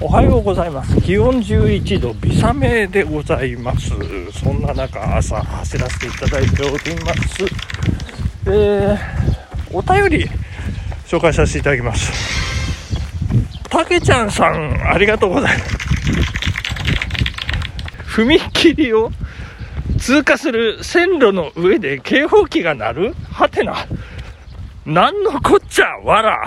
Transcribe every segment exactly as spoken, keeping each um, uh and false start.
はようございます。気温じゅういちど、微雨でございます。そんな中、朝走らせていただいております。えー、お便り紹介させていただきます。たけちゃんさん、ありがとうございます。踏切を通過する線路の上で警報器が鳴る？はてな。なんのこっちゃわら。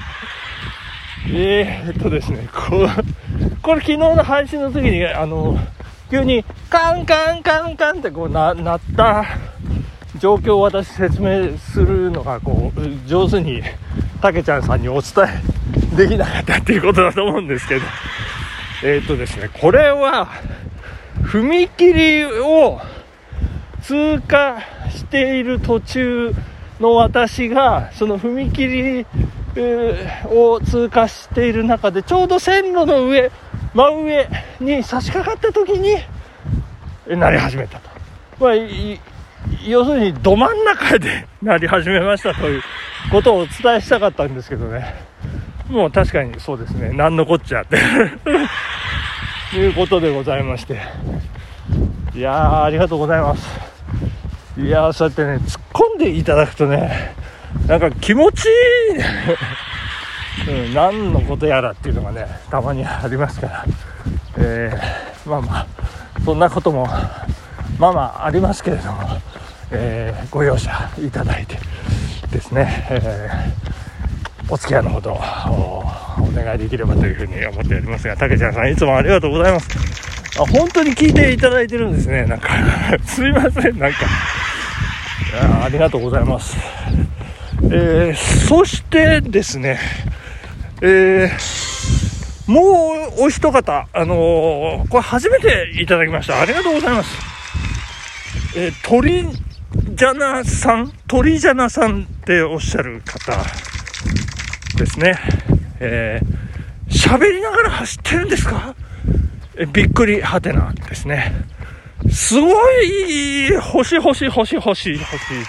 えーっとですね、これ、これ昨日の配信の時に、あの、急にカンカンカンカンってこうな、なった状況を私説明するのが、こう、上手にたけちゃんさんにお伝えできなかったっていうことだと思うんですけど、えーっとですね、これは、踏切を通過している途中の私が、その踏切を通過している中でちょうど線路の上真上に差し掛かった時に鳴り始めたと、まあ、要するにど真ん中で鳴り始めましたということをお伝えしたかったんですけどね、もう確かにそうですね、なんのこっちゃっていうことでございまして、いやーありがとうございます。いやーそうやってね突っ込んでいただくとね、なんか気持ちいいね、うん、何のことやらっていうのがねたまにありますから、えー、まあまあそんなこともまあまあありますけれども、えー、ご容赦いただいてですね、えー、お付き合いのほど お, お願いできればというふうに思っておりますが、たけちゃんさんいつもありがとうございます。あ、本当に聞いていただいてるんですね。なんかすいません、なんかあ, ありがとうございます。えー、そしてですね、えー、もうお一方、あのー、これ初めていただきました。ありがとうございます。えー、鳥ジャナさん、鳥ジャナさんっておっしゃる方ですね。えー、喋りながら走ってるんですか？えー、びっくりはてなですね。すごい星星星星星という。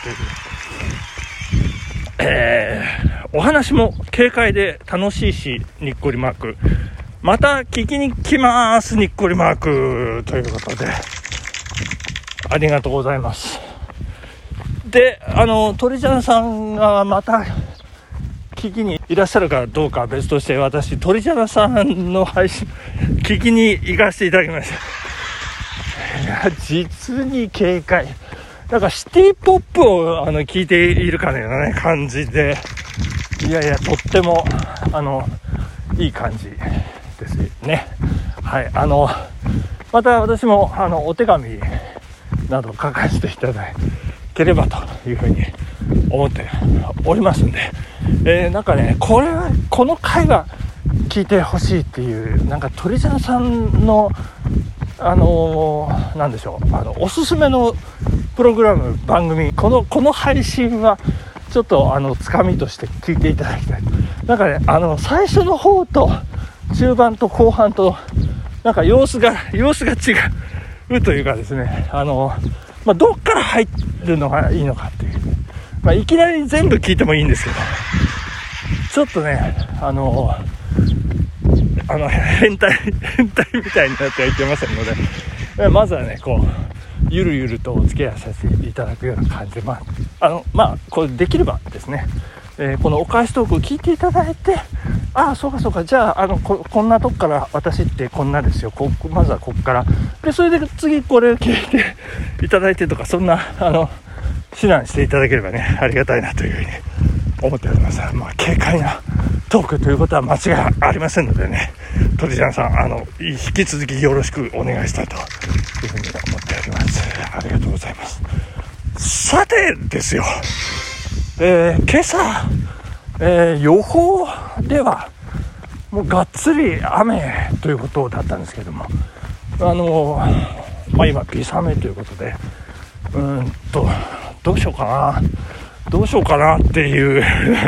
えー、お話も軽快で楽しいし、にっこりマーク。また聞きに来ます、にっこりマーク。ということで、ありがとうございます。で、あの、鳥ちゃんさんがまた聞きにいらっしゃるかどうかは別として、私、鳥ちゃんさんの配信、聞きに行かせていただきました。いや、実に軽快。なんかシティポップをあの聞いているかのような、ね、感じで、いやいやとってもあのいい感じですね。はい、あのまた私もあのお手紙など書かせていただければというふうに思っておりますんで、えー、なんかねこれはこの回は聞いてほしいっていうなんか鳥ちゃんさんのあのー、なんでしょうあのおすすめのプログラム番組このこの配信はちょっとあのつかみとして聞いていただきたい。なんかねあの最初の方と中盤と後半となんか様子が様子が違うというかですね、あのまあ、どっから入るのがいいのかっていう、まあ、いきなり全部聞いてもいいんですけど、ちょっとねあのあの変態変態みたいになってはいけませんので、まずはねこうゆるゆるとお付き合いさせていただくような感じで、まああのまあこれできればですね、えー、このお返しトークを聞いていただいて、ああそうかそうか、じゃああの こ, こんなとこから私ってこんなですよ、こまずはここからで、それで次これ聞いていただいてとか、そんなあの指南していただければねありがたいなというふうに思っております。まあ軽快なトークということは間違いありませんのでね、鳥ちゃんさんあの引き続きよろしくお願いしたいというふうに思っております。ありがとうございます。さてですよ、えー、今朝、えー、予報ではもうがっつり雨ということだったんですけども、あのー、まあ今微雨ということで、うーんとどうしようかなどうしようかなっていう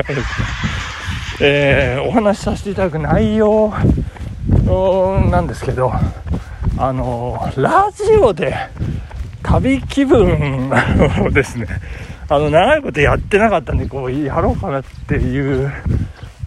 えー、お話しさせていただく内容なんですけど、あのラジオで旅気分をですね、あの長いことやってなかったんでこうやろうかなっていう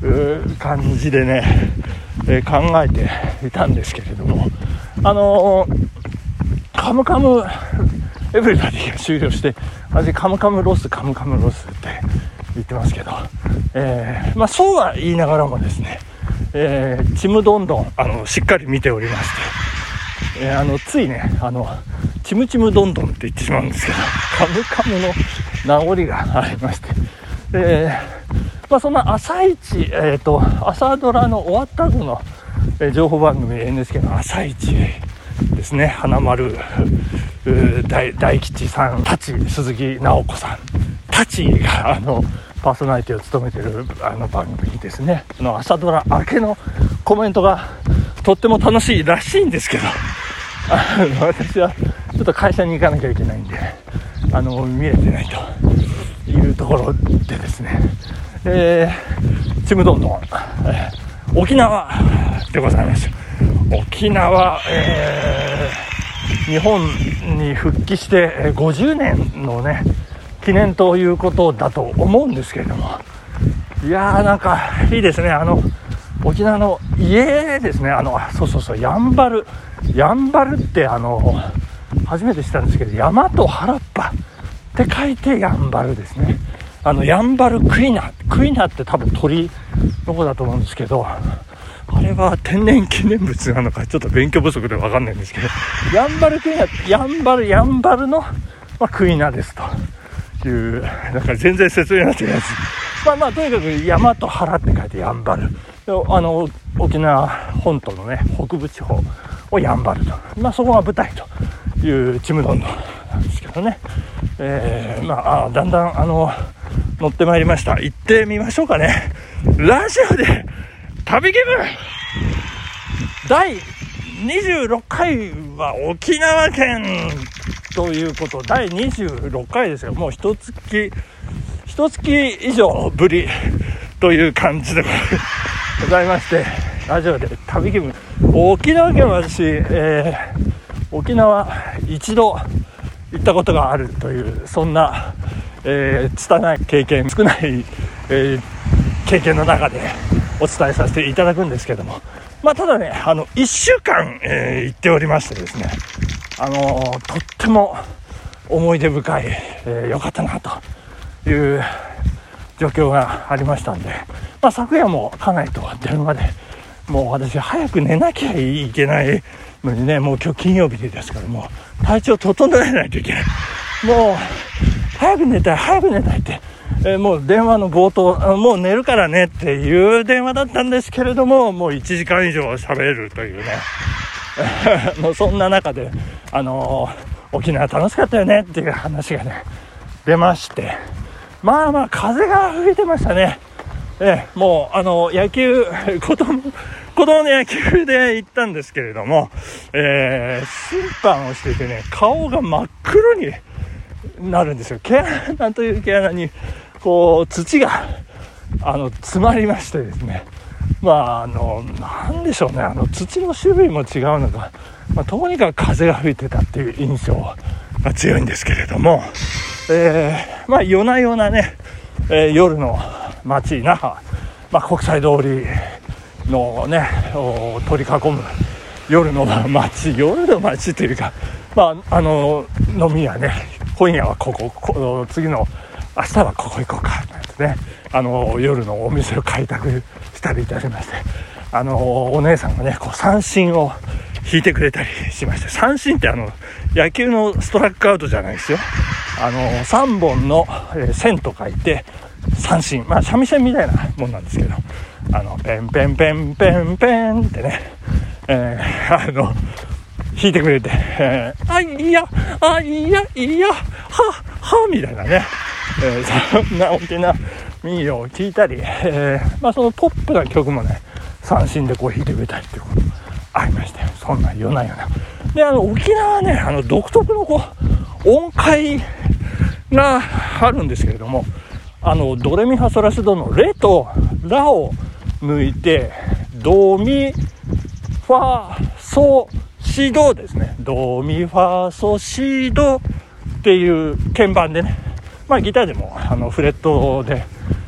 感じでね、えー、考えていたんですけれども、あのー、カムカムエブリバディが終了して、私カムカムロスカムカムロスって言ってますけど、えー、まあそうは言いながらもですね、えー、ちむどんどんあのしっかり見ておりまして、えー、あのついねあのちむちむどんどんって言ってしまうんですけど、カムカムの名残がありまして、えー、まあそんな朝一、えーと朝ドラの終わった後の、えー、情報番組 エヌエイチケー の朝一ですね、花丸大, 大吉さんたち鈴木直子さんたちがあのパーソナリティを務めているあの番組ですね、あの朝ドラ明けのコメントがとっても楽しいらしいんですけど、あの私はちょっと会社に行かなきゃいけないんであの見れてないというところでですね、えー、ちむどんどん、えー、沖縄でございます。沖縄、えー、日本に復帰してごじゅうねんのね記念ということだと思うんですけれども、いやーなんかいいですね。あの沖縄の家ですね、あのそうそうそうやんばるやんばるってあの初めて知ったんですけど、山と原っぱって書いてやんばるですね。あのやんばるクイナクイナって多分鳥の子だと思うんですけど、あれは天然記念物なのかちょっと勉強不足で分かんないんですけど、やんばるクイナやんばるやんばるの、まあ、クイナですという、なんか全然説明になってないです。まあまあとにかく山と原って書いてやんばる、あの沖縄本島のね北部地方をやんばると、まあそこが舞台というちむどんどんなんですけどね、えー、まあ、あだんだんあの乗ってまいりました。行ってみましょうかね。ラジオで旅気分だいにじゅうろっかいは沖縄県ということ、だいにじゅうろっかいですよ。もう一月一月以上ぶりという感じでございまして、ラジオで旅気分、沖縄県は私、えー、沖縄一度行ったことがあるという、そんな、えー、拙い経験少ない、えー、経験の中でお伝えさせていただくんですけども、まあただね、あのいっしゅうかん、えー、行っておりましてですね、あのー、とっても思い出深い、えー、よかったなという状況がありましたんで、まあ昨夜も家内と電話で、もう私早く寝なきゃいけないのにね、もう今日金曜日ですから、もう体調整えないといけない、もう早く寝たい早く寝たいって、えー、もう電話の冒頭、もう寝るからねっていう電話だったんですけれども、もういちじかん以上喋るというねもうそんな中で、あのー、沖縄楽しかったよねっていう話がね出まして、まあまあ風が吹いてましたね。えー、もうあの野球子供子供の野球で行ったんですけれども、えー、審判をしていてね、顔が真っ黒になるんですよ。毛穴という毛穴にこう土があの詰まりましてですね、まああのなんでしょうね、あの土の種類も違うのか、まあ、とにかく風が吹いてたっていう印象が強いんですけれども、えー、まあ夜な夜なね、えー、夜の街那覇、まあ、国際通りのねを取り囲む夜の街夜の街というか、まああの飲み屋ね、今夜はここ、こ次の明日はここ行こうかなんてね、あの夜のお店を開拓したりいたしまして、あのお姉さんがねこう三振を引いてくれたりしまして、三振ってあの野球のストラックアウトじゃないですよ。あのさんぼんの、えー、線と書いて三振、まあ三味線みたいなもんなんですけど、あのペンペンペンペンペンってね、えー、あの弾いてくれて、えー、あいやあいやいやははみたいなね、えー、そんな大きな民謡を聞いたり、えー、まあそのポップな曲もね三振でこう弾いてくれたりっていうことありまして、そんな夜な夜なで、あの沖縄はね、あの独特のこう音階があるんですけれども、あのドレミファソラシドのレとラを抜いてドミファソシドですね、ドミファソシドっていう鍵盤でね、まあギターでもあのフレットで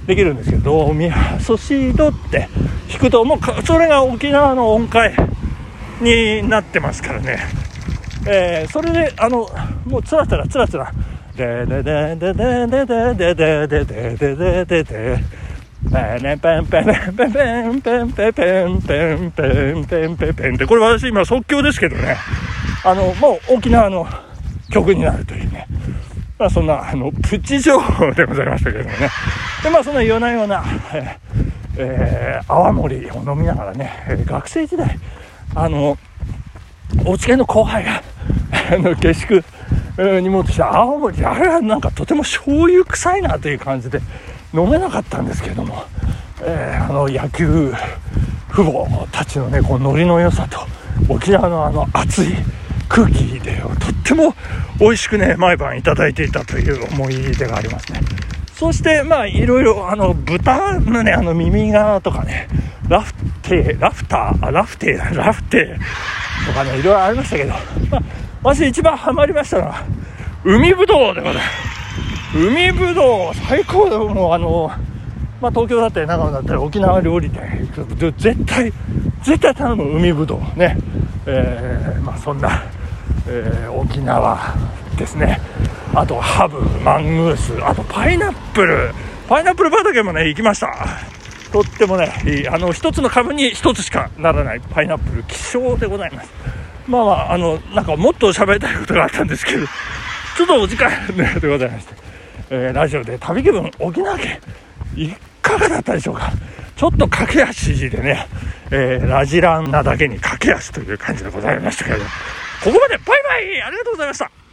できるんですけど、ドミソシドって弾くともうそれが沖縄の音階になってますからね、えー、それであのもうつらつらつらつらででででででででででででででペンペンペンペンペンペンペンペンペンペンペンペンペンペンって、これ私今即興ですけどね、あのもう沖縄の曲になるというね、まあそんなあのプチ情報でございましたけどもね。でまあそんな夜な夜な、えーえー、泡盛を飲みながらね、学生時代あのお家系の後輩があの下宿に持ってきた泡盛、あれはなんかとても醤油臭いなという感じで飲めなかったんですけれども、えー、あの野球父母たちのねこうノリの良さと沖縄のあの熱い空気でとっても美味しくね毎晩いただいていたという思い出がありますね。そしてまあいろいろあの豚のねあの耳側とかね、ラフテーラフターラフテーラフテーとかねいろいろありましたけど、まあ、私一番ハマりましたのは海ぶどうでございます。海ぶどう最高で、もうあの、まあ、東京だったり長野だったり沖縄料理店絶対絶対頼む海ぶどうね、えー、まあそんな、えー、沖縄ですね。あとハブ、マングース、あとパイナップルパイナップル畑もね行きました。とってもねいい、あの一つの株に一つしかならないパイナップル希少でございます。まあまああのなんかもっと喋りたいことがあったんですけど、ちょっとお時間でございまして、えー、ラジオで旅気分沖縄県いかがだったでしょうか。ちょっと駆け足でね、えー、ラジランなだけに駆け足という感じでございましたけれど、ここまでバイバイありがとうございました。